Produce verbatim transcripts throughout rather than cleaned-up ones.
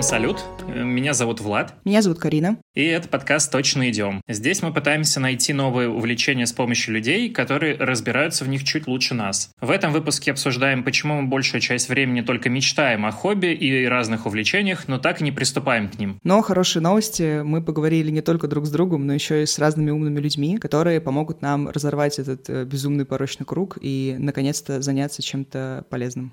салют, меня зовут Влад. Меня зовут Карина. И это подкаст «Точно идем». Здесь мы пытаемся найти новые увлечения с помощью людей, которые разбираются в них чуть лучше нас. В этом выпуске обсуждаем, почему мы большую часть времени только мечтаем о хобби и разных увлечениях, но так и не приступаем к ним. Но хорошие новости, мы поговорили не только друг с другом, но еще и с разными умными людьми, которые помогут нам разорвать этот э, безумный порочный круг и, наконец-то, заняться чем-то полезным.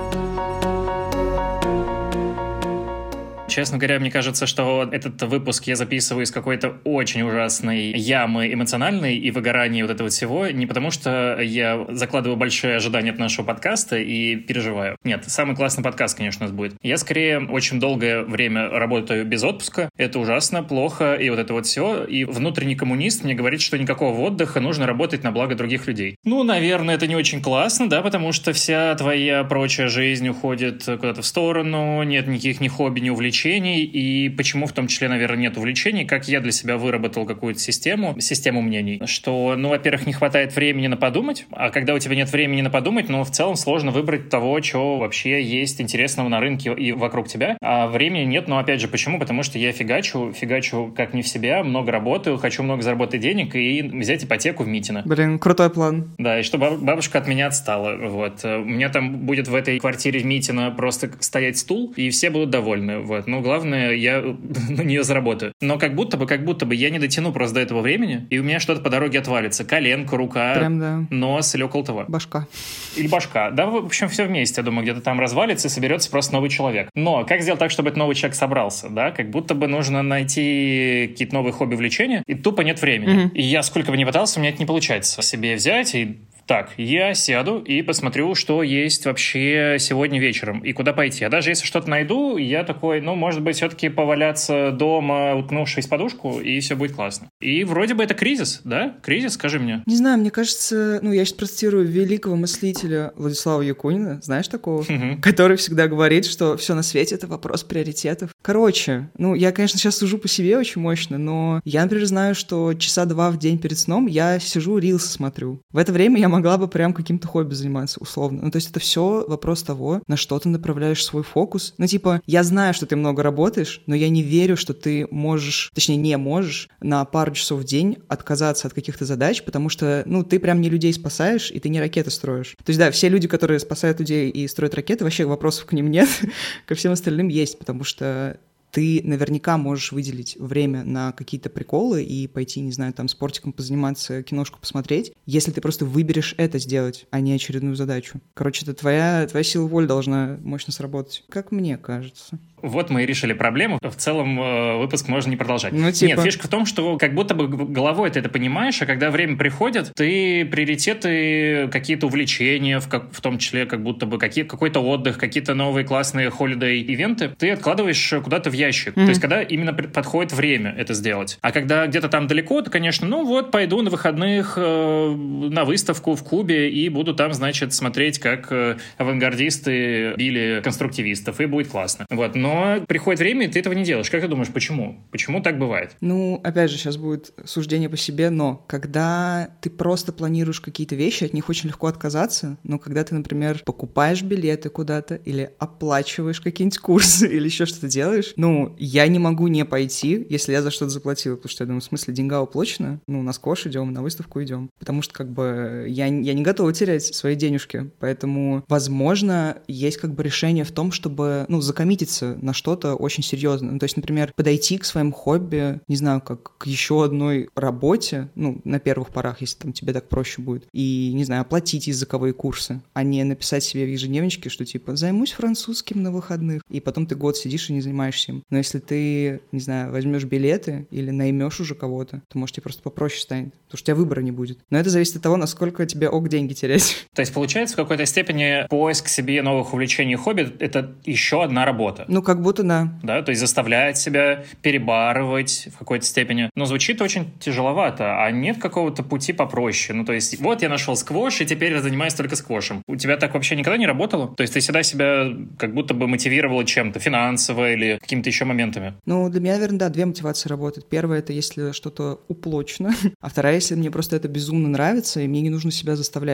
Честно говоря, мне кажется, что этот выпуск я записываю из какой-то очень ужасной ямы эмоциональной и выгорания вот этого всего, не потому что я закладываю большие ожидания от нашего подкаста и переживаю. Нет, самый классный подкаст, конечно, у нас будет. Я, скорее, очень долгое время работаю без отпуска. Это ужасно, плохо, и вот это вот все. И внутренний коммунист мне говорит, что никакого отдыха, нужно работать на благо других людей. Ну, наверное, это не очень классно, да, потому что вся твоя прочая жизнь уходит куда-то в сторону, нет никаких ни хобби, ни увлечений. И почему в том числе, наверное, нет увлечений, как я для себя выработал какую-то систему, систему мнений, что, ну, во-первых, не хватает времени на подумать, а когда у тебя нет времени на подумать, ну, в целом сложно выбрать того, что вообще есть интересного на рынке и вокруг тебя, а времени нет, но опять же, почему? Потому что я фигачу, фигачу как не в себя, много работаю, хочу много заработать денег и взять ипотеку в Митино. Блин, крутой план. Да, и чтобы бабушка от меня отстала, вот. У меня там будет в этой квартире в Митино просто стоять стул, и все будут довольны, вот. Но главное, я на нее заработаю. Но как будто бы, как будто бы я не дотяну просто до этого времени, и у меня что-то по дороге отвалится. Коленка, рука, Прям, да. нос или около того. Башка. Или башка. Да, в общем, все вместе, я думаю, где-то там развалится и соберется просто новый человек. Но как сделать так, чтобы этот новый человек собрался, да? Как будто бы нужно найти какие-то новые хобби, увлечения, и тупо нет времени. Mm-hmm. И я сколько бы ни пытался, у меня это не получается. Себе взять и... Так, я сяду и посмотрю, что есть вообще сегодня вечером и куда пойти. А даже если что-то найду, я такой, ну, может быть, все-таки поваляться дома, уткнувшись в подушку, и все будет классно. И вроде бы это кризис, да? Кризис, скажи мне. Не знаю, мне кажется, ну, я сейчас процитирую великого мыслителя Владислава Якунина, знаешь такого? Uh-huh. Который всегда говорит, что все на свете — это вопрос приоритетов. Короче, ну, я, конечно, сейчас сужу по себе очень мощно, но я, например, знаю, что часа два в день перед сном я сижу, рилсы смотрю. В это время я могла бы прям каким-то хобби заниматься, условно. Ну, то есть это все вопрос того, на что ты направляешь свой фокус. Ну, типа, я знаю, что ты много работаешь, но я не верю, что ты можешь, точнее, не можешь на пару часов в день отказаться от каких-то задач, потому что, ну, ты прям не людей спасаешь, и ты не ракеты строишь. То есть, да, все люди, которые спасают людей и строят ракеты, вообще вопросов к ним нет, ко всем остальным есть, потому что ты наверняка можешь выделить время на какие-то приколы и пойти, не знаю, там, спортиком позаниматься, киношку посмотреть, если ты просто выберешь это сделать, а не очередную задачу. Короче, это твоя, твоя сила воли должна мощно сработать, как мне кажется. Вот мы и решили проблему. В целом выпуск можно не продолжать. Ну, типа... Нет, фишка в том, что как будто бы головой ты это понимаешь, а когда время приходит, ты приоритеты, какие-то увлечения, в, как, в том числе как будто бы какие, какой-то отдых, какие-то новые классные холидей-ивенты, ты откладываешь куда-то в ящик. Mm-hmm. То есть когда именно подходит время это сделать. А когда где-то там далеко, то, конечно, ну вот пойду на выходных э, на выставку в Кубе и буду там, значит, смотреть, как э, авангардисты били конструктивистов, и будет классно. Вот, но Но приходит время, и ты этого не делаешь. Как ты думаешь, почему? Почему так бывает? Ну, опять же, сейчас будет суждение по себе, но когда ты просто планируешь какие-то вещи, от них очень легко отказаться, но когда ты, например, покупаешь билеты куда-то или оплачиваешь какие-нибудь курсы или еще что-то делаешь, ну, я не могу не пойти, если я за что-то заплатила, потому что я думаю, в смысле, деньга уплачена, ну, на сквош идем, на выставку идем, потому что, как бы, я, я не готова терять свои денежки, поэтому, возможно, есть, как бы, решение в том, чтобы, ну, закоммититься на что-то очень серьезное. Ну, то есть, например, подойти к своему хобби, не знаю, как к еще одной работе, ну, на первых порах, если там тебе так проще будет, и, не знаю, оплатить языковые курсы, а не написать себе в ежедневничке, что, типа, займусь французским на выходных, и потом ты год сидишь и не занимаешься им. Но если ты, не знаю, возьмешь билеты или наймешь уже кого-то, то, может, тебе просто попроще станет, потому что у тебя выбора не будет. Но это зависит от того, насколько тебе ок деньги терять. То есть, получается, в какой-то степени поиск себе новых увлечений и хобби — это еще одна работа. Ну, как будто да. Да, то есть заставлять себя перебарывать в какой-то степени. Но звучит очень тяжеловато, а нет какого-то пути попроще. Ну, то есть, вот я нашел сквош, и теперь я занимаюсь только сквошем. У тебя так вообще никогда не работало? То есть ты всегда себя как будто бы мотивировала чем-то, финансово или какими-то еще моментами? Ну, для меня, наверное, да, две мотивации работают. Первая — это если что-то уплочено, а вторая — если мне просто это безумно нравится, и мне не нужно себя заставлять.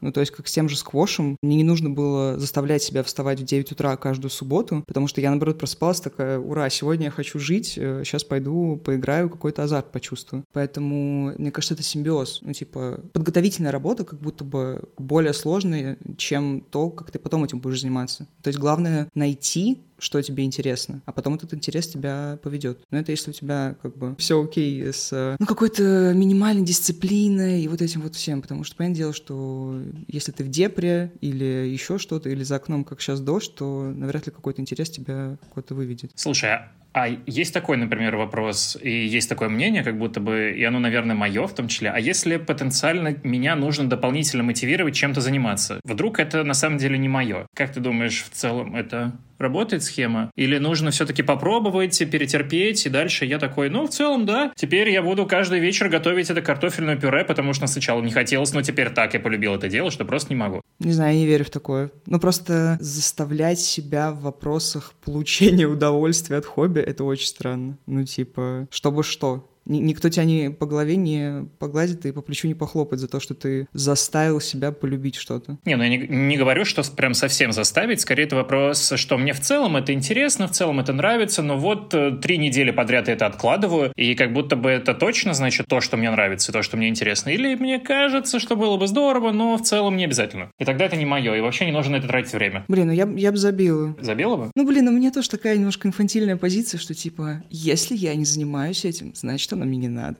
Ну, то есть, как с тем же сквошем, мне не нужно было заставлять себя вставать в девять утра каждую субботу, потому что я, наоборот, просыпалась такая: ура, сегодня я хочу жить, сейчас пойду поиграю, какой-то азарт почувствую. Поэтому, мне кажется, это симбиоз. Ну, типа, подготовительная работа как будто бы более сложная, чем то, как ты потом этим будешь заниматься. То есть, главное найти, что тебе интересно, а потом этот интерес тебя поведет. Но это если у тебя как бы все окей с ну, какой-то минимальной дисциплиной и вот этим вот всем, потому что, понятное дело, что если ты в депре или еще что-то, или за окном, как сейчас дождь, то навряд ли какой-то интерес тебя какой-то выведет. Слушай, а А есть такой, например, вопрос, и есть такое мнение, как будто бы, и оно, наверное, мое в том числе, а если потенциально меня нужно дополнительно мотивировать чем-то заниматься? Вдруг это на самом деле не мое? Как ты думаешь, в целом это работает схема? Или нужно все-таки попробовать, перетерпеть, и дальше я такой, ну, в целом, да, теперь я буду каждый вечер готовить это картофельное пюре, потому что сначала не хотелось, но теперь так я полюбил это дело, что просто не могу. Не знаю, я не верю в такое. Ну, просто заставлять себя в вопросах получения удовольствия от хобби — это очень странно. Ну, типа, чтобы что? Никто тебя не по голове не погладит и по плечу не похлопает за то, что ты заставил себя полюбить что-то. Не, ну я не, не говорю, что прям совсем заставить. Скорее, это вопрос, что мне в целом это интересно, в целом это нравится, но вот три недели подряд я это откладываю, и как будто бы это точно, значит, то, что мне нравится, то, что мне интересно. Или мне кажется, что было бы здорово, но в целом не обязательно. И тогда это не мое, и вообще не нужно на это тратить время. Блин, ну я, я бы забила. Забила бы? Ну, блин, у меня тоже такая немножко инфантильная позиция, что типа, если я не занимаюсь этим, значит, оно мне не надо.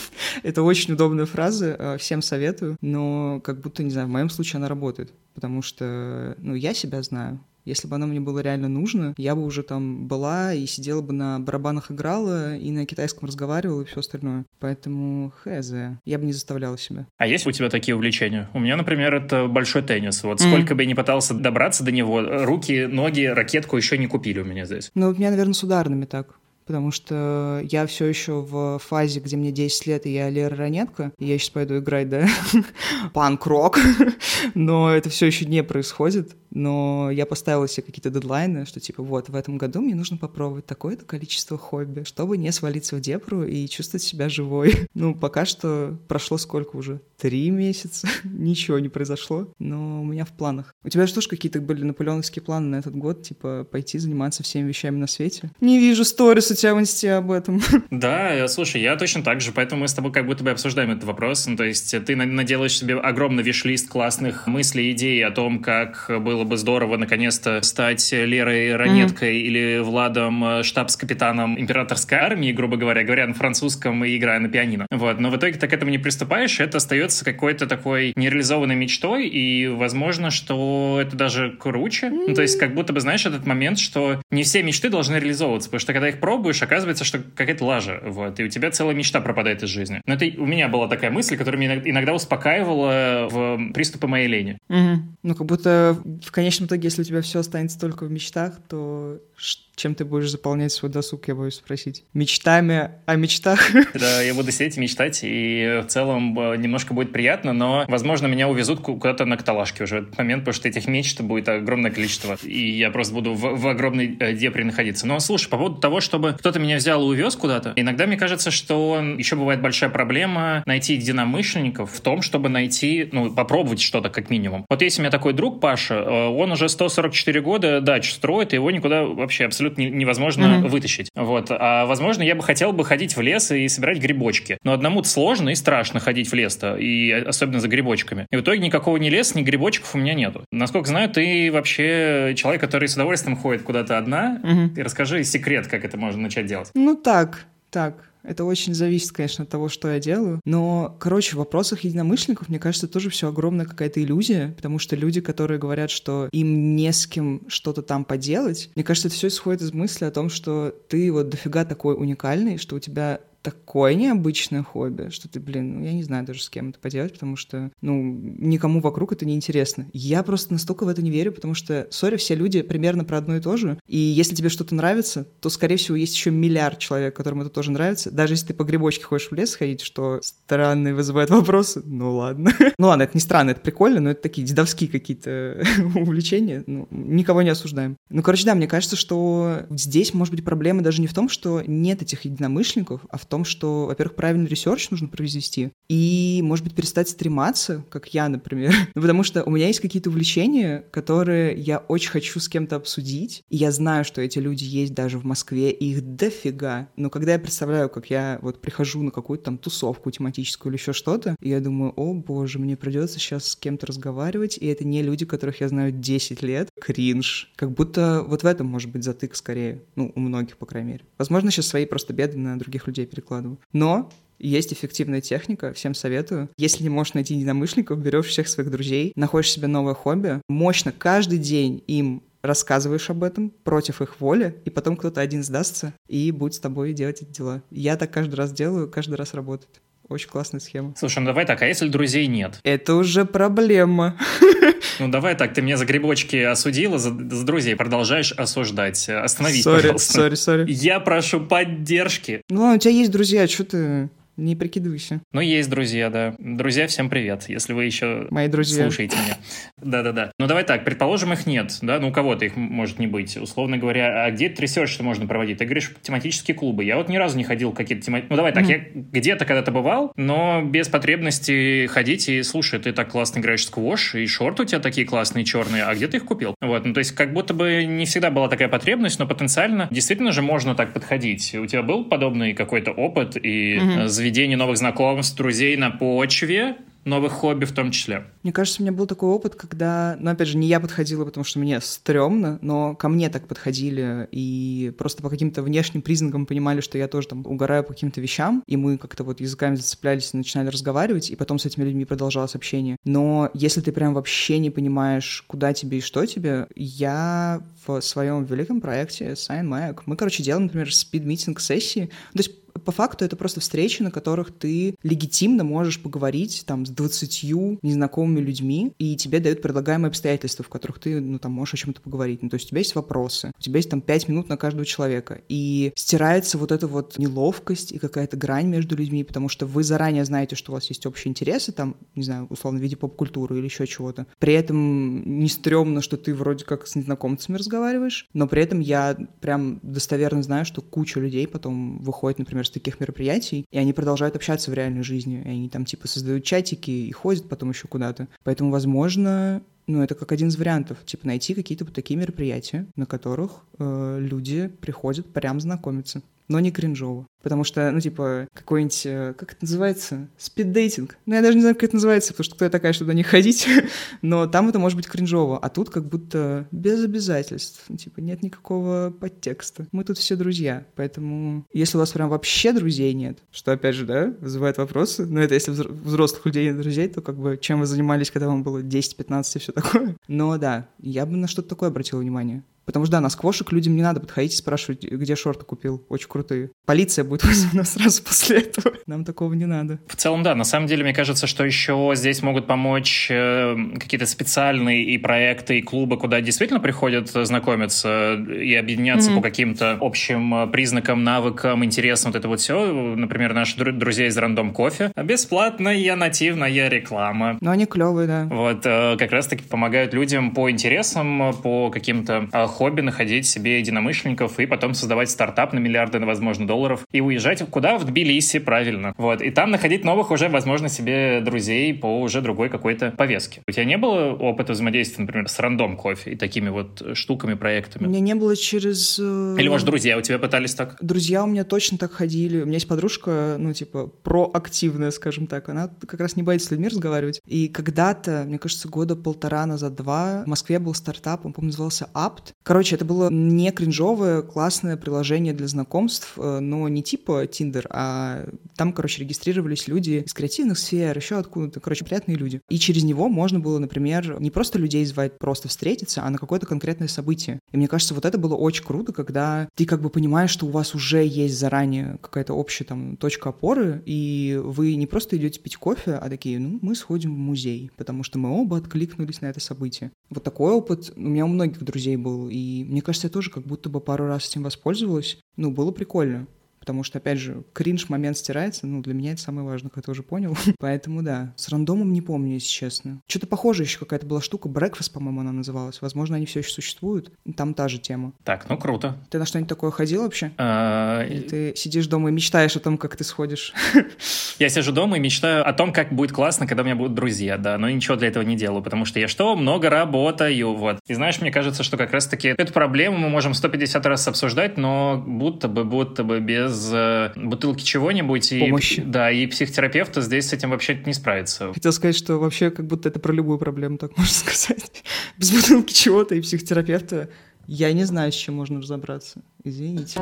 Это очень удобная фраза, всем советую, но как будто, не знаю, в моем случае она работает, потому что, ну, я себя знаю. Если бы оно мне было реально нужно, я бы уже там была и сидела бы на барабанах, играла, и на китайском разговаривала, и все остальное. Поэтому хз, я бы не заставляла себя. А есть у тебя такие увлечения? У меня, например, это большой теннис. Вот сколько mm. бы я ни пытался добраться до него, руки, ноги, ракетку еще не купили у меня здесь. Ну, у меня, наверное, с ударными так. Потому что я все еще в фазе, где мне десять лет, и я Лера Ранетка, и я сейчас пойду играть, да, панк-рок, но это все еще не происходит. Но я поставила себе какие-то дедлайны, что типа вот, в этом году мне нужно попробовать такое-то количество хобби, чтобы не свалиться в депру и чувствовать себя живой. Ну, пока что прошло сколько уже? Три месяца? Ничего не произошло, но у меня в планах. У тебя же тоже какие-то были наполеоновские планы на этот год, типа пойти заниматься всеми вещами на свете? Не вижу сторис у тебя в инсте об этом. Да, слушай, я точно так же, поэтому мы с тобой как будто бы обсуждаем этот вопрос. Ну, то есть ты наделаешь себе огромный виш-лист классных мыслей, идей о том, как было бы здорово наконец-то стать Лерой Ранеткой mm-hmm. или Владом штабс-капитаном императорской армии, грубо говоря, говоря на французском и играя на пианино. Вот. Но в итоге ты к этому не приступаешь, это остается какой-то такой нереализованной мечтой, и возможно, что это даже круче. Mm-hmm. Ну, то есть как будто бы, знаешь, этот момент, что не все мечты должны реализовываться, потому что когда их пробуешь, оказывается, что какая-то лажа, вот, и у тебя целая мечта пропадает из жизни. Но это у меня была такая мысль, которая меня иногда успокаивала в приступы моей лени. Mm-hmm. Ну, как будто в конечном итоге, если у тебя все останется только в мечтах, то чем ты будешь заполнять свой досуг, я боюсь спросить. Мечтами о мечтах? Да, я буду сидеть и мечтать, и в целом немножко будет приятно, но, возможно, меня увезут куда-то на каталажке уже в этот момент, потому что этих мечт будет огромное количество, и я просто буду в, в огромной депре находиться. Но, слушай, по поводу того, чтобы кто-то меня взял и увез куда-то, иногда мне кажется, что еще бывает большая проблема найти единомышленников в том, чтобы найти, ну, попробовать что-то как минимум. Вот есть у меня такой друг Паша, он уже сто сорок четыре года дачу строит, и его никуда вообще абсолютно невозможно mm-hmm. вытащить. Вот. А, возможно, я бы хотел бы ходить в лес и собирать грибочки. Но одному-то сложно и страшно ходить в лес-то, и особенно за грибочками. И в итоге никакого ни леса, ни грибочков у меня нету. Насколько знаю, ты вообще человек, который с удовольствием ходит куда-то одна. Mm-hmm. И расскажи секрет, как это можно начать делать. Ну так, так. Это очень зависит, конечно, от того, что я делаю. Но, короче, в вопросах единомышленников, мне кажется, тоже все огромная какая-то иллюзия, потому что люди, которые говорят, что им не с кем что-то там поделать, мне кажется, это все исходит из мысли о том, что ты вот дофига такой уникальный, что у тебя такое необычное хобби, что ты, блин, ну, я не знаю даже с кем это поделать, потому что, ну, никому вокруг это не интересно. Я просто настолько в это не верю, потому что, сори, все люди примерно про одно и то же, и если тебе что-то нравится, то, скорее всего, есть еще миллиард человек, которым это тоже нравится. Даже если ты по грибочке хочешь в лес ходить, что странно и вызывает вопросы, ну ладно. Ну ладно, это не странно, это прикольно, но это такие дедовские какие-то увлечения, ну, никого не осуждаем. Ну, короче, да, мне кажется, что здесь, может быть, проблема даже не в том, что нет этих единомышленников, а в том, что, во-первых, правильный ресерч нужно произвести, и, может быть, перестать стрематься, как я, например. Ну, потому что у меня есть какие-то увлечения, которые я очень хочу с кем-то обсудить, и я знаю, что эти люди есть даже в Москве, и их дофига. Но когда я представляю, как я вот прихожу на какую-то там тусовку тематическую или еще что-то, и я думаю, о боже, мне придется сейчас с кем-то разговаривать, и это не люди, которых я знаю десять лет. Кринж. Как будто вот в этом может быть затык скорее. Ну, у многих, по крайней мере. Возможно, сейчас свои просто беды на других людей перекладываю. Но есть эффективная техника, всем советую. Если не можешь найти единомышленников, берешь всех своих друзей, находишь себе новое хобби, мощно каждый день им рассказываешь об этом против их воли, и потом кто-то один сдастся и будет с тобой делать эти дела. Я так каждый раз делаю, каждый раз работает. Очень классная схема. Слушай, ну давай так, а если друзей нет? Это уже проблема. Ну давай так, ты меня за грибочки осудила, за, за друзей продолжаешь осуждать. Остановись, sorry, пожалуйста. Сори, сори. Я прошу поддержки. Ну ладно, у тебя есть друзья, что ты... Не прикидывайся. Ну, есть друзья, да. Друзья, всем привет, если вы еще Мои друзья. Слушаете меня. Да-да-да. Ну, давай так, предположим, их нет, да, ну, у кого-то их может не быть. Условно говоря, а где этот ресерч можно проводить? Ты говоришь, тематические клубы. Я вот ни разу не ходил в какие-то тематические... Ну, давай так, mm-hmm. я где-то когда-то бывал, но без потребности ходить и, слушай, ты так классно играешь в сквош, и шорты у тебя такие классные, черные, а где ты их купил? Вот, ну, то есть, как будто бы не всегда была такая потребность, но потенциально действительно же можно так подходить. У тебя был подобный какой-то опыт и mm-hmm. заведение новых знакомств, друзей на почве новых хобби в том числе? Мне кажется, у меня был такой опыт, когда, ну, опять же, не я подходила, потому что мне стрёмно, но ко мне так подходили и просто по каким-то внешним признакам понимали, что я тоже там угораю по каким-то вещам, и мы как-то вот языками зацеплялись и начинали разговаривать, и потом с этими людьми продолжалось общение. Но если ты прям вообще не понимаешь, куда тебе и что тебе, я в своем великом проекте SignMag, мы, короче, делаем, например, спид-митинг-сессии, то есть по факту это просто встречи, на которых ты легитимно можешь поговорить там с двадцатью незнакомыми людьми, и тебе дают предлагаемые обстоятельства, в которых ты, ну, там, можешь о чем-то поговорить. Ну, то есть у тебя есть вопросы, у тебя есть там пять минут на каждого человека, и стирается вот эта вот неловкость и какая-то грань между людьми, потому что вы заранее знаете, что у вас есть общие интересы, там, не знаю, условно, в виде поп-культуры или еще чего-то. При этом не стрёмно, что ты вроде как с незнакомцами разговариваешь, но при этом я прям достоверно знаю, что куча людей потом выходит, например, с таких мероприятий, и они продолжают общаться в реальной жизни, и они там типа создают чатики и ходят потом еще куда-то. Поэтому, возможно, ну, это как один из вариантов, типа найти какие-то вот такие мероприятия, на которых э, люди приходят прям знакомиться, но не кринжово. Потому что, ну, типа, какой-нибудь, э, как это называется? Спиддейтинг. Ну, я даже не знаю, как это называется, потому что кто я такая, чтобы туда не ходить. Но там это может быть кринжово. А тут как будто без обязательств. Ну, типа, нет никакого подтекста. Мы тут все друзья. Поэтому, если у вас прям вообще друзей нет, что, опять же, да, вызывает вопросы. Но это если взрослых людей нет друзей, то как бы чем вы занимались, когда вам было десять-пятнадцать и все такое. Но да, я бы на что-то такое обратил внимание. Потому что, да, на сквошек людям не надо подходить и спрашивать, где шорты купил. Очень крутые. Полиция будет вызвана сразу после этого. Нам такого не надо. В целом, да. На самом деле, мне кажется, что еще здесь могут помочь э, какие-то специальные и проекты, и клубы, куда действительно приходят знакомиться и объединяться mm-hmm. по каким-то общим признакам, навыкам, интересам. Вот это вот все. Например, наши дру- друзья из Рандом Кофе. Бесплатная нативная реклама. Но они клевые, да. Вот. Э, как раз-таки помогают людям по интересам, по каким-то э, хобби находить себе единомышленников и потом создавать стартап на миллиарды, возможно, долларов и уезжать куда? В Тбилиси, правильно. Вот. И там находить новых уже, возможно, себе друзей по уже другой какой-то повестке. У тебя не было опыта взаимодействия, например, с Рандом Кофе и такими вот штуками, проектами? У меня не было через... Или, может, друзья у тебя пытались так? Друзья у меня точно так ходили. У меня есть подружка, ну, типа, проактивная, скажем так. Она как раз не боится с людьми разговаривать. И когда-то, мне кажется, года полтора назад, два, в Москве был стартап, он, по-моему, назывался Apt. Короче, это было не кринжовое, классное приложение для знакомств, но не типа Tinder, а там, короче, регистрировались люди из креативных сфер, еще откуда-то, короче, приятные люди. И через него можно было, например, не просто людей звать просто встретиться, а на какое-то конкретное событие. И мне кажется, вот это было очень круто, когда ты как бы понимаешь, что у вас уже есть заранее какая-то общая там точка опоры, и вы не просто идете пить кофе, а такие, ну, мы сходим в музей, потому что мы оба откликнулись на это событие. Вот такой опыт у меня у многих друзей был, и мне кажется, я тоже как будто бы пару раз этим воспользовалась. Ну, было прикольно. потому что, опять же, кринж-момент стирается, ну, для меня это самое важное, как ты уже понял. Поэтому, да, с рандомом не помню, если честно. Что-то похожее еще какая-то была штука, Breakfast, по-моему, она называлась. Возможно, они все еще существуют, там та же тема. Так, ну круто. Ты на что-нибудь такое ходил вообще? Или ты сидишь дома и мечтаешь о том, как ты сходишь? Я сижу дома и мечтаю о том, как будет классно, когда у меня будут друзья, да, но ничего для этого не делаю, потому что я что? Много работаю, вот. И знаешь, мне кажется, что как раз-таки эту проблему мы можем сто пятьдесят раз обсуждать, но будто бы, будто бы без э, бутылки чего-нибудь. Помощи. И, да, и психотерапевта здесь с этим вообще не справится. Хотел сказать, что вообще как будто это про любую проблему, так можно сказать. Без бутылки чего-то и психотерапевта я не знаю, с чем можно разобраться. Извините.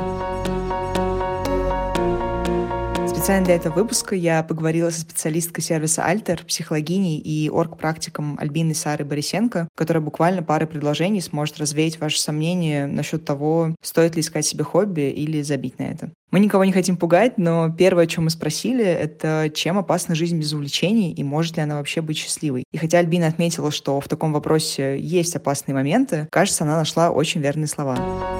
Специально для этого выпуска я поговорила со специалисткой сервиса «Альтер», психологиней и оргпрактиком Альбиной Сарой Борисенко, которая буквально парой предложений сможет развеять ваши сомнения насчет того, стоит ли искать себе хобби или забить на это. Мы никого не хотим пугать, но первое, о чем мы спросили, это чем опасна жизнь без увлечений и может ли она вообще быть счастливой. И хотя Альбина отметила, что в таком вопросе есть опасные моменты, кажется, она нашла очень верные слова.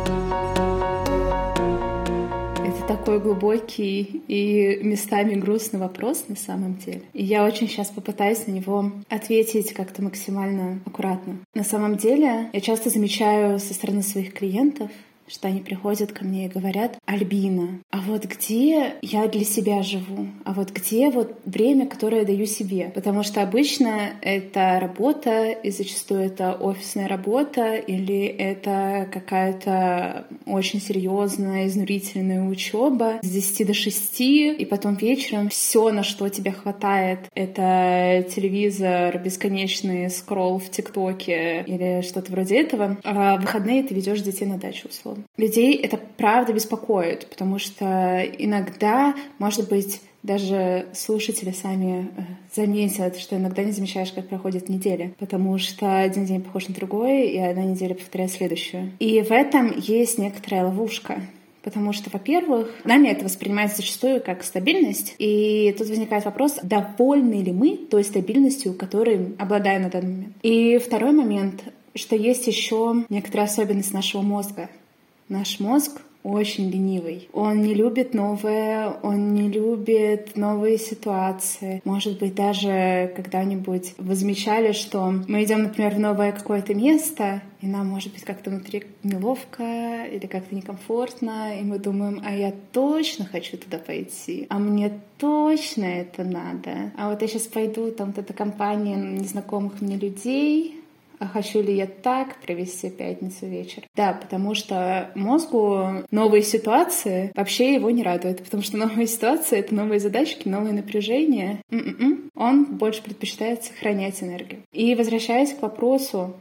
Такой глубокий и местами грустный вопрос на самом деле. И я очень сейчас попытаюсь на него ответить как-то максимально аккуратно. На самом деле я часто замечаю со стороны своих клиентов, что они приходят ко мне и говорят: «Альбина, а вот где я для себя живу? А вот где вот время, которое я даю себе?» Потому что обычно это работа, и зачастую это офисная работа, или это какая-то очень серьезная, изнурительная учеба с десяти до шести, и потом вечером все, на что тебе хватает, это телевизор, бесконечный скролл в ТикТоке или что-то вроде этого. А в выходные ты ведешь детей на дачу, условно. Людей это правда беспокоит, потому что иногда, может быть, даже слушатели сами заметят, что иногда не замечаешь, как проходит неделя, потому что один день похож на другой, и одна неделя повторяет следующую. И в этом есть некоторая ловушка. Потому что, во-первых, нами это воспринимается зачастую как стабильность, и тут возникает вопрос, довольны ли мы той стабильностью, которой обладаем на данный момент. И второй момент, что есть еще некоторая особенность нашего мозга. Наш мозг очень ленивый. Он не любит новое, он не любит новые ситуации. Может быть, даже когда-нибудь вы замечали, что мы идем, например, в новое какое-то место, и нам, может быть, как-то внутри неловко или как-то некомфортно, и мы думаем: а я точно хочу туда пойти, а мне точно это надо. А вот я сейчас пойду, там вот эта компания незнакомых мне людей, а хочу ли я так провести пятницу вечер? Да, потому что мозгу новые ситуации вообще его не радуют, потому что новые ситуации — это новые задачки, новые напряжения. М-м-м. Он больше предпочитает сохранять энергию. И возвращаясь к вопросу,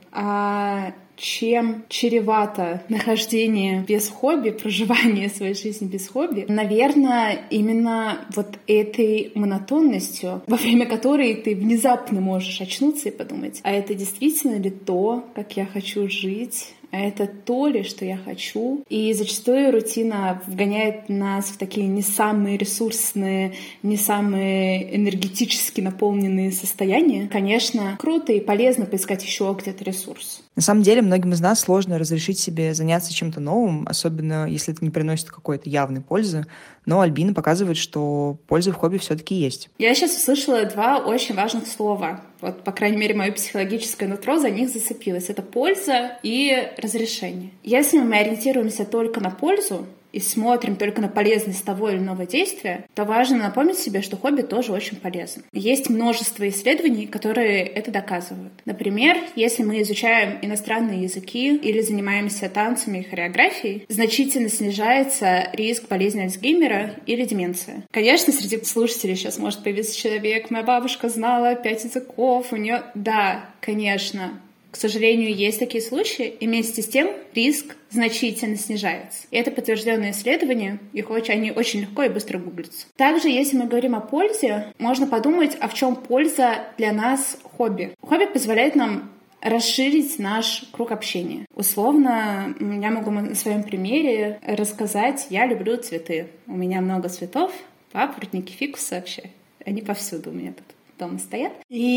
а чем чревато нахождение без хобби, проживание своей жизни без хобби, наверное, именно вот этой монотонностью, во время которой ты внезапно можешь очнуться и подумать: а это действительно ли то, как я хочу жить? А это то ли, что я хочу? И зачастую рутина вгоняет нас в такие не самые ресурсные, не самые энергетически наполненные состояния. Конечно, круто и полезно поискать еще где-то ресурс. На самом деле, многим из нас сложно разрешить себе заняться чем-то новым, особенно если это не приносит какой-то явной пользы. Но Альбина показывает, что польза в хобби все-таки есть. Я сейчас услышала два очень важных слова. Вот, по крайней мере, мое психологическое нутро за них зацепилось. Это польза и разрешение. Если мы ориентируемся только на пользу и смотрим только на полезность того или иного действия, то важно напомнить себе, что хобби тоже очень полезно. Есть множество исследований, которые это доказывают. Например, если мы изучаем иностранные языки или занимаемся танцами и хореографией, значительно снижается риск болезни Альцгеймера или деменции. Конечно, среди слушателей сейчас может появиться человек: моя бабушка знала пять языков, у нее... Да, конечно. К сожалению, есть такие случаи, и вместе с тем риск значительно снижается. И это подтвержденные исследования, их очень, они очень легко и быстро гуглятся. Также, если мы говорим о пользе, можно подумать, а в чем польза для нас хобби. Хобби позволяет нам расширить наш круг общения. Условно, я могу на своем примере рассказать: я люблю цветы. У меня много цветов, папоротники, фикусы вообще. Они повсюду у меня тут. дома стоят.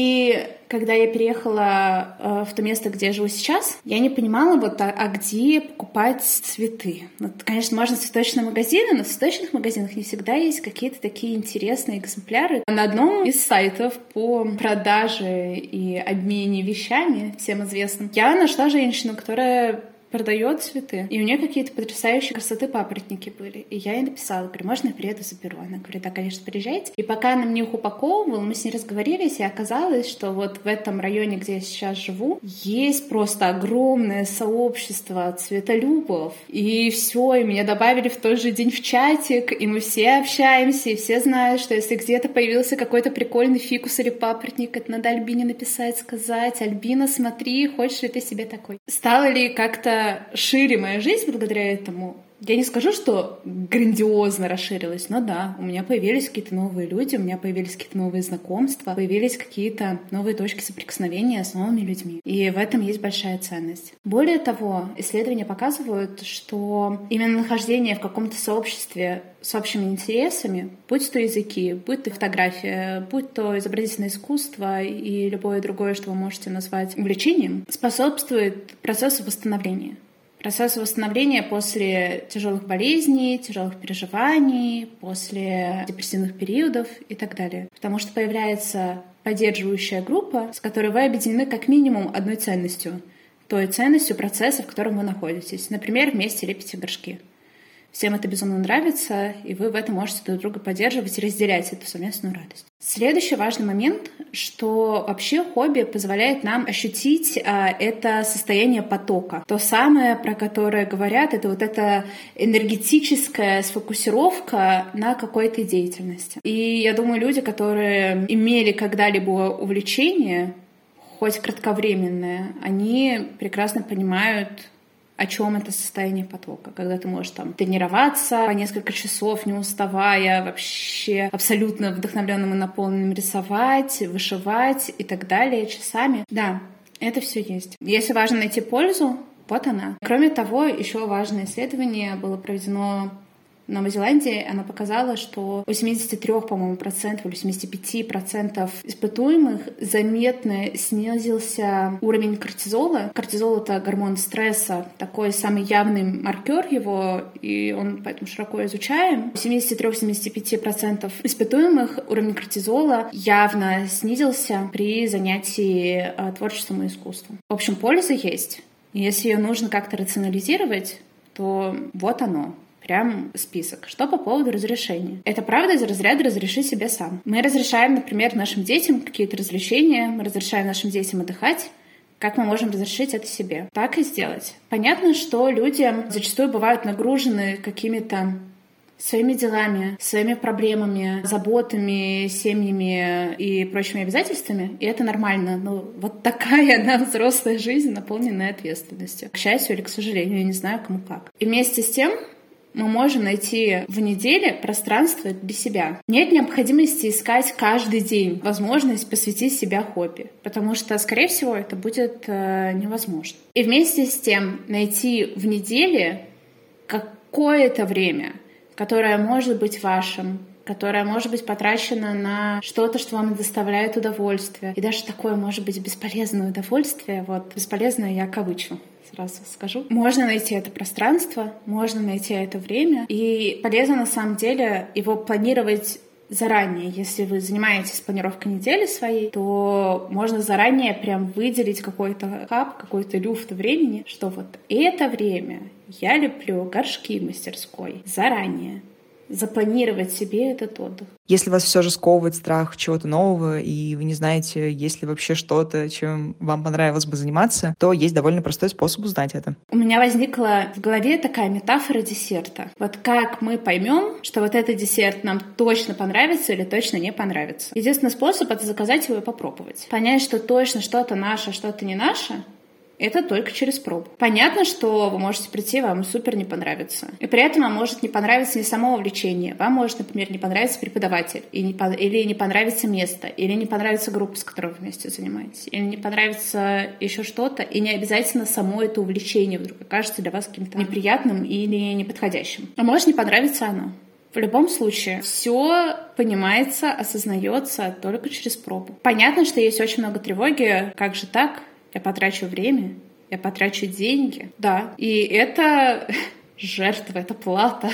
И когда я переехала э, в то место, где я живу сейчас, я не понимала, вот, а, а где покупать цветы. Вот, конечно, можно цветочные магазины, но в цветочных магазинах не всегда есть какие-то такие интересные экземпляры. На одном из сайтов по продаже и обмене вещами, всем известным, я нашла женщину, которая продает цветы. И у нее какие-то потрясающие красоты папоротники были. И я ей написала, говорю, можно я приеду, заберу? Она говорит, да, конечно, приезжайте. И пока она мне их упаковывала, мы с ней разговорились, и оказалось, что вот в этом районе, где я сейчас живу, есть просто огромное сообщество цветолюбов. И все, и меня добавили в тот же день в чатик, и мы все общаемся, и все знают, что если где-то появился какой-то прикольный фикус или папоротник, это надо Альбине написать, сказать, Альбина, смотри, хочешь ли ты себе такой? Стало ли как-то шире моя жизнь благодаря этому? Я не скажу, что грандиозно расширилась, но да, у меня появились какие-то новые люди, у меня появились какие-то новые знакомства, появились какие-то новые точки соприкосновения с новыми людьми. И в этом есть большая ценность. Более того, исследования показывают, что именно нахождение в каком-то сообществе с общими интересами, будь то языки, будь то фотография, будь то изобразительное искусство и любое другое, что вы можете назвать увлечением, способствует процессу восстановления. Процесс восстановления после тяжелых болезней, тяжелых переживаний, после депрессивных периодов и так далее. Потому что появляется поддерживающая группа, с которой вы объединены как минимум одной ценностью. Той ценностью процесса, в котором вы находитесь. Например, вместе лепите горшки. Всем это безумно нравится, и вы в этом можете друг друга поддерживать и разделять эту совместную радость. Следующий важный момент, что вообще хобби позволяет нам ощутить а, это состояние потока. То самое, про которое говорят, это вот эта энергетическая сфокусировка на какой-то деятельности. И я думаю, люди, которые имели когда-либо увлечение, хоть кратковременное, они прекрасно понимают, о чем это состояние потока, когда ты можешь там тренироваться по несколько часов, не уставая, вообще абсолютно вдохновленным и наполненным рисовать, вышивать и так далее часами. Да, это все есть. Если важно найти пользу, вот она. Кроме того, еще важное исследование было проведено в Новой Зеландии. Оно показало, что у семьдесят три, по-моему, процентов или семьдесят пять процентов испытуемых заметно снизился уровень кортизола. Кортизол — это гормон стресса, такой самый явный маркер его, и он поэтому широко изучаем. У семьдесят три - семьдесят пять процентов испытуемых уровень кортизола явно снизился при занятии творчеством и искусством. В общем, польза есть. Если ее нужно как-то рационализировать, то вот оно. Прям список. Что по поводу разрешения? Это правда из разряда «разреши себе сам». Мы разрешаем, например, нашим детям какие-то развлечения, мы разрешаем нашим детям отдыхать. Как мы можем разрешить это себе? Так и сделать. Понятно, что люди зачастую бывают нагружены какими-то своими делами, своими проблемами, заботами, семьями и прочими обязательствами, и это нормально. Но вот такая она взрослая жизнь, наполненная ответственностью. К счастью или к сожалению, я не знаю, кому как. И вместе с тем мы можем найти в неделе пространство для себя. Нет необходимости искать каждый день возможность посвятить себя хобби, потому что, скорее всего, это будет э, невозможно. И вместе с тем найти в неделе какое-то время, которое может быть вашим, которое может быть потрачено на что-то, что вам доставляет удовольствие. И даже такое может быть бесполезное удовольствие. Вот бесполезное я кавычу. Сразу скажу. Можно найти это пространство, можно найти это время, и полезно на самом деле его планировать заранее. Если вы занимаетесь планировкой недели своей, то можно заранее прям выделить какой-то хаб, какой-то люфт времени, что вот это время я леплю горшки в мастерской заранее. Запланировать себе этот отдых. Если вас все же сковывает страх чего-то нового, и вы не знаете, есть ли вообще что-то, чем вам понравилось бы заниматься, то есть довольно простой способ узнать это. У меня возникла в голове такая метафора десерта. Вот как мы поймем, что вот этот десерт нам точно понравится или точно не понравится. Единственный способ — это заказать его и попробовать. Понять, что точно что-то наше, что-то не наше — это только через пробу. Понятно, что вы можете прийти, вам супер не понравится. И при этом вам может не понравиться не само увлечение. Вам может, например, не понравиться преподаватель, и не по... или не понравится место, или не понравится группа, с которой вы вместе занимаетесь, или не понравится еще что-то, и не обязательно само это увлечение вдруг окажется для вас каким-то неприятным или неподходящим. А может не понравиться оно. В любом случае, все понимается, осознается только через пробу. Понятно, что есть очень много тревоги. Как же так? Я потрачу время, я потрачу деньги. Да, и это жертва, это плата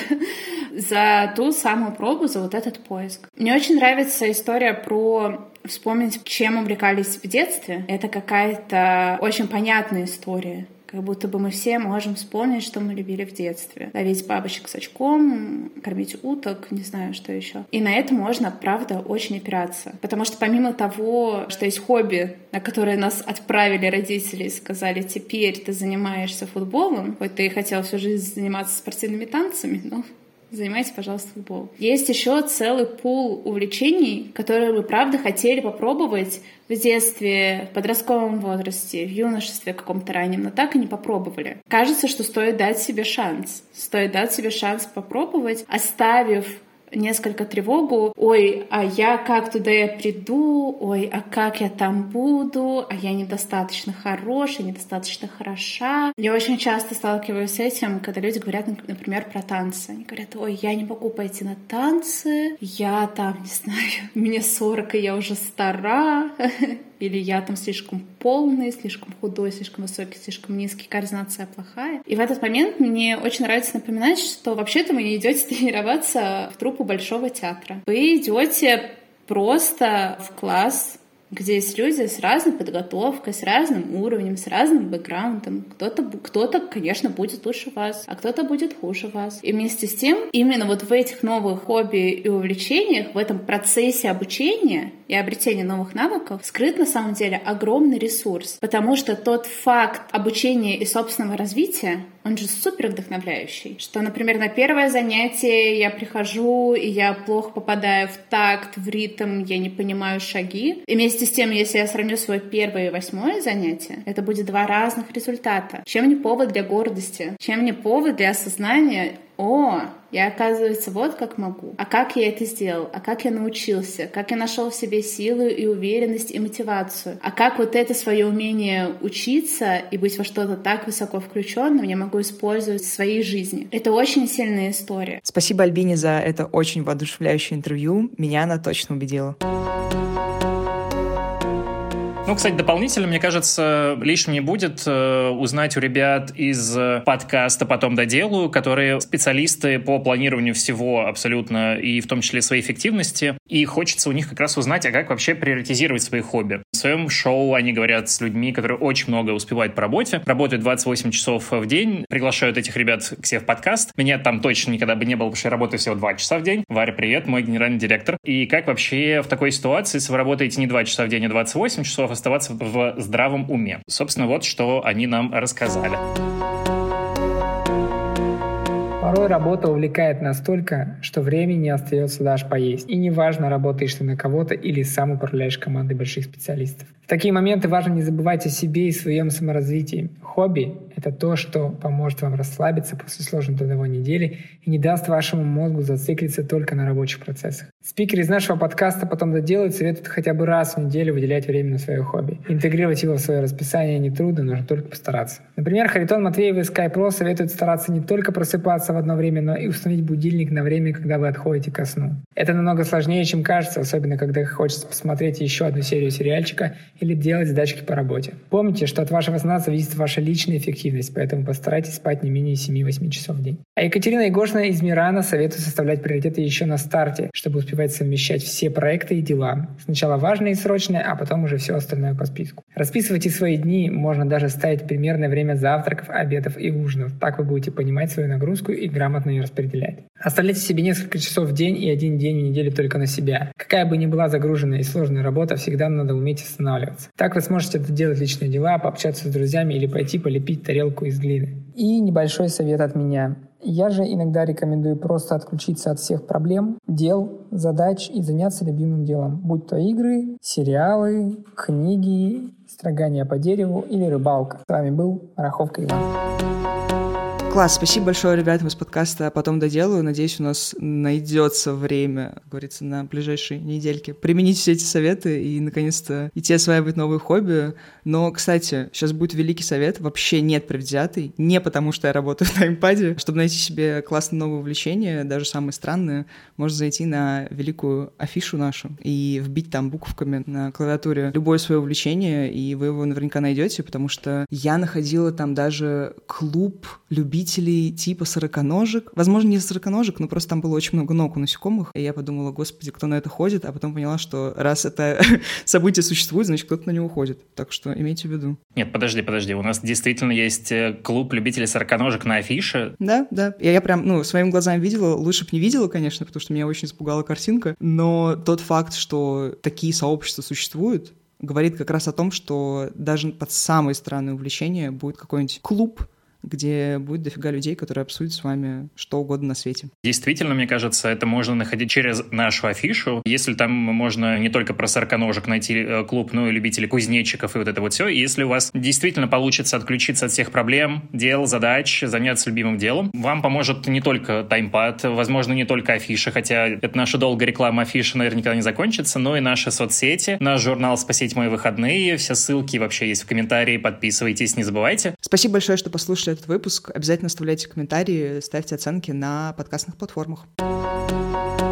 за ту самую пробу, за вот этот поиск. Мне очень нравится история про вспомнить, чем увлекались в детстве. Это какая-то очень понятная история. Как будто бы мы все можем вспомнить, что мы любили в детстве. Ловить бабочек с очком, кормить уток, не знаю, что еще. И на это можно, правда, очень опираться. Потому что помимо того, что есть хобби, на которое нас отправили родители и сказали, теперь ты занимаешься футболом, хоть ты и хотел всю жизнь заниматься спортивными танцами, но занимайтесь, пожалуйста, футболом. Есть еще целый пул увлечений, которые вы, правда, хотели попробовать в детстве, в подростковом возрасте, в юношестве каком-то раннем, но так и не попробовали. Кажется, что стоит дать себе шанс. Стоит дать себе шанс попробовать, оставив несколько тревогу. Ой, а я как туда я приду? Ой, а как я там буду? А я недостаточно хорошая, недостаточно хороша. Я очень часто сталкиваюсь с этим, когда люди говорят, например, про танцы. Они говорят, ой, я не могу пойти на танцы, я там, не знаю, мне сорок, и я уже стара. Или я там слишком полный, слишком худой, слишком высокий, слишком низкий, координация плохая. И в этот момент мне очень нравится напоминать, что вообще-то вы не идете тренироваться в труппу Большого театра. Вы идете просто в класс, где есть люди с разной подготовкой, с разным уровнем, с разным бэкграундом. Кто-то, кто-то, конечно, будет лучше вас, а кто-то будет хуже вас. И вместе с тем, именно вот в этих новых хобби и увлечениях, в этом процессе обучения и обретения новых навыков скрыт на самом деле огромный ресурс. Потому что тот факт обучения и собственного развития, он же супер вдохновляющий. Что, например, на первое занятие я прихожу, и я плохо попадаю в такт, в ритм, я не понимаю шаги. И вместе с тем, если я сравню свое первое и восьмое занятие, это будет два разных результата. Чем не повод для гордости? Чем не повод для осознания: о, я, оказывается, вот как могу. А как я это сделал? А как я научился? Как я нашел в себе силу и уверенность и мотивацию? А как вот это свое умение учиться и быть во что-то так высоко включенным я могу использовать в своей жизни? Это очень сильная история. Спасибо Альбине за это очень воодушевляющее интервью. Меня она точно убедила. Ну, кстати, дополнительно, мне кажется, лишним не будет э, узнать у ребят из подкаста «Потом доделаю», которые специалисты по планированию всего абсолютно, и в том числе своей эффективности. И хочется у них как раз узнать, а как вообще приоритизировать свои хобби. В своем шоу они говорят с людьми, которые очень много успевают по работе, работают двадцать восемь часов в день, приглашают этих ребят к себе в подкаст. Меня там точно никогда бы не было, потому что я работаю всего два часа в день. Варя, привет, мой генеральный директор. И как вообще в такой ситуации, если вы работаете не два часа в день, а двадцать восемь часов, оставаться в здравом уме? Собственно, вот что они нам рассказали. Порой работа увлекает настолько, что времени не остается даже поесть. И неважно, работаешь ты на кого-то или сам управляешь командой больших специалистов. В такие моменты важно не забывать о себе и своем саморазвитии. Хобби — это то, что поможет вам расслабиться после сложной трудовой недели и не даст вашему мозгу зациклиться только на рабочих процессах. Спикеры из нашего подкаста «Потом доделают» советуют хотя бы раз в неделю выделять время на свое хобби. Интегрировать его в свое расписание нетрудно, нужно только постараться. Например, Харитон Матвеев из SkyPro советует стараться не только просыпаться в одно время, но и установить будильник на время, когда вы отходите ко сну. Это намного сложнее, чем кажется, особенно когда хочется посмотреть еще одну серию сериальчика или делать задачки по работе. Помните, что от вашего сна зависит ваша личная эффективность, поэтому постарайтесь спать не менее семь-восемь часов в день. А Екатерина Егошина из Мирана советует составлять приоритеты еще на старте, чтобы успевать совмещать все проекты и дела. Сначала важное и срочное, а потом уже все остальное по списку. Расписывайте свои дни, можно даже ставить примерное время завтраков, обедов и ужинов. Так вы будете понимать свою нагрузку и грамотно ее распределять. Оставляйте себе несколько часов в день и один день в неделю только на себя. Какая бы ни была загруженная и сложная работа, всегда надо уметь останавливаться. Так вы сможете доделать личные дела, пообщаться с друзьями или пойти полепить тарелку из глины. И небольшой совет от меня. Я же иногда рекомендую просто отключиться от всех проблем, дел, задач и заняться любимым делом. Будь то игры, сериалы, книги, строгание по дереву или рыбалка. С вами был Раховка Иван. Класс, спасибо большое ребятам из подкаста «Потом доделаю». Надеюсь, у нас найдется время, как говорится, на ближайшие недельки применить все эти советы и, наконец-то, идти осваивать новые хобби. Но, кстати, сейчас будет великий совет. Вообще нет предвзятый. Не потому, что я работаю в таймпаде. Чтобы найти себе классное новое увлечение, даже самые странные, можно зайти на великую афишу нашу и вбить там буковками на клавиатуре любое свое увлечение, и вы его наверняка найдете, потому что я находила там даже клуб любителей типа сороконожек. Возможно, не сороконожек, но просто там было очень много ног у насекомых. И я подумала, господи, кто на это ходит? А потом поняла, что раз это событие существует, значит, кто-то на него ходит. Так что имейте в виду. Нет, подожди, подожди. У нас действительно есть клуб любителей сороконожек на афише. Да, да. Я, я прям, ну, своими глазами видела. Лучше бы не видела, конечно, потому что меня очень испугала картинка. Но тот факт, что такие сообщества существуют, говорит как раз о том, что даже под самые странные увлечения будет какой-нибудь клуб, где будет дофига людей, которые обсудят с вами что угодно на свете. Действительно, мне кажется, это можно находить через нашу афишу. Если там можно не только про сороконожек найти клуб, но и любителей кузнечиков и вот это вот все. И если у вас действительно получится отключиться от всех проблем, дел, задач, заняться любимым делом, вам поможет не только таймпад, возможно, не только афиша, хотя это наша долгая реклама афиши наверняка не закончится, но и наши соцсети, наш журнал «Спасите мои выходные». Все ссылки вообще есть в комментарии. Подписывайтесь, не забывайте. Спасибо большое, что послушали этот выпуск. Обязательно оставляйте комментарии, ставьте оценки на подкастных платформах.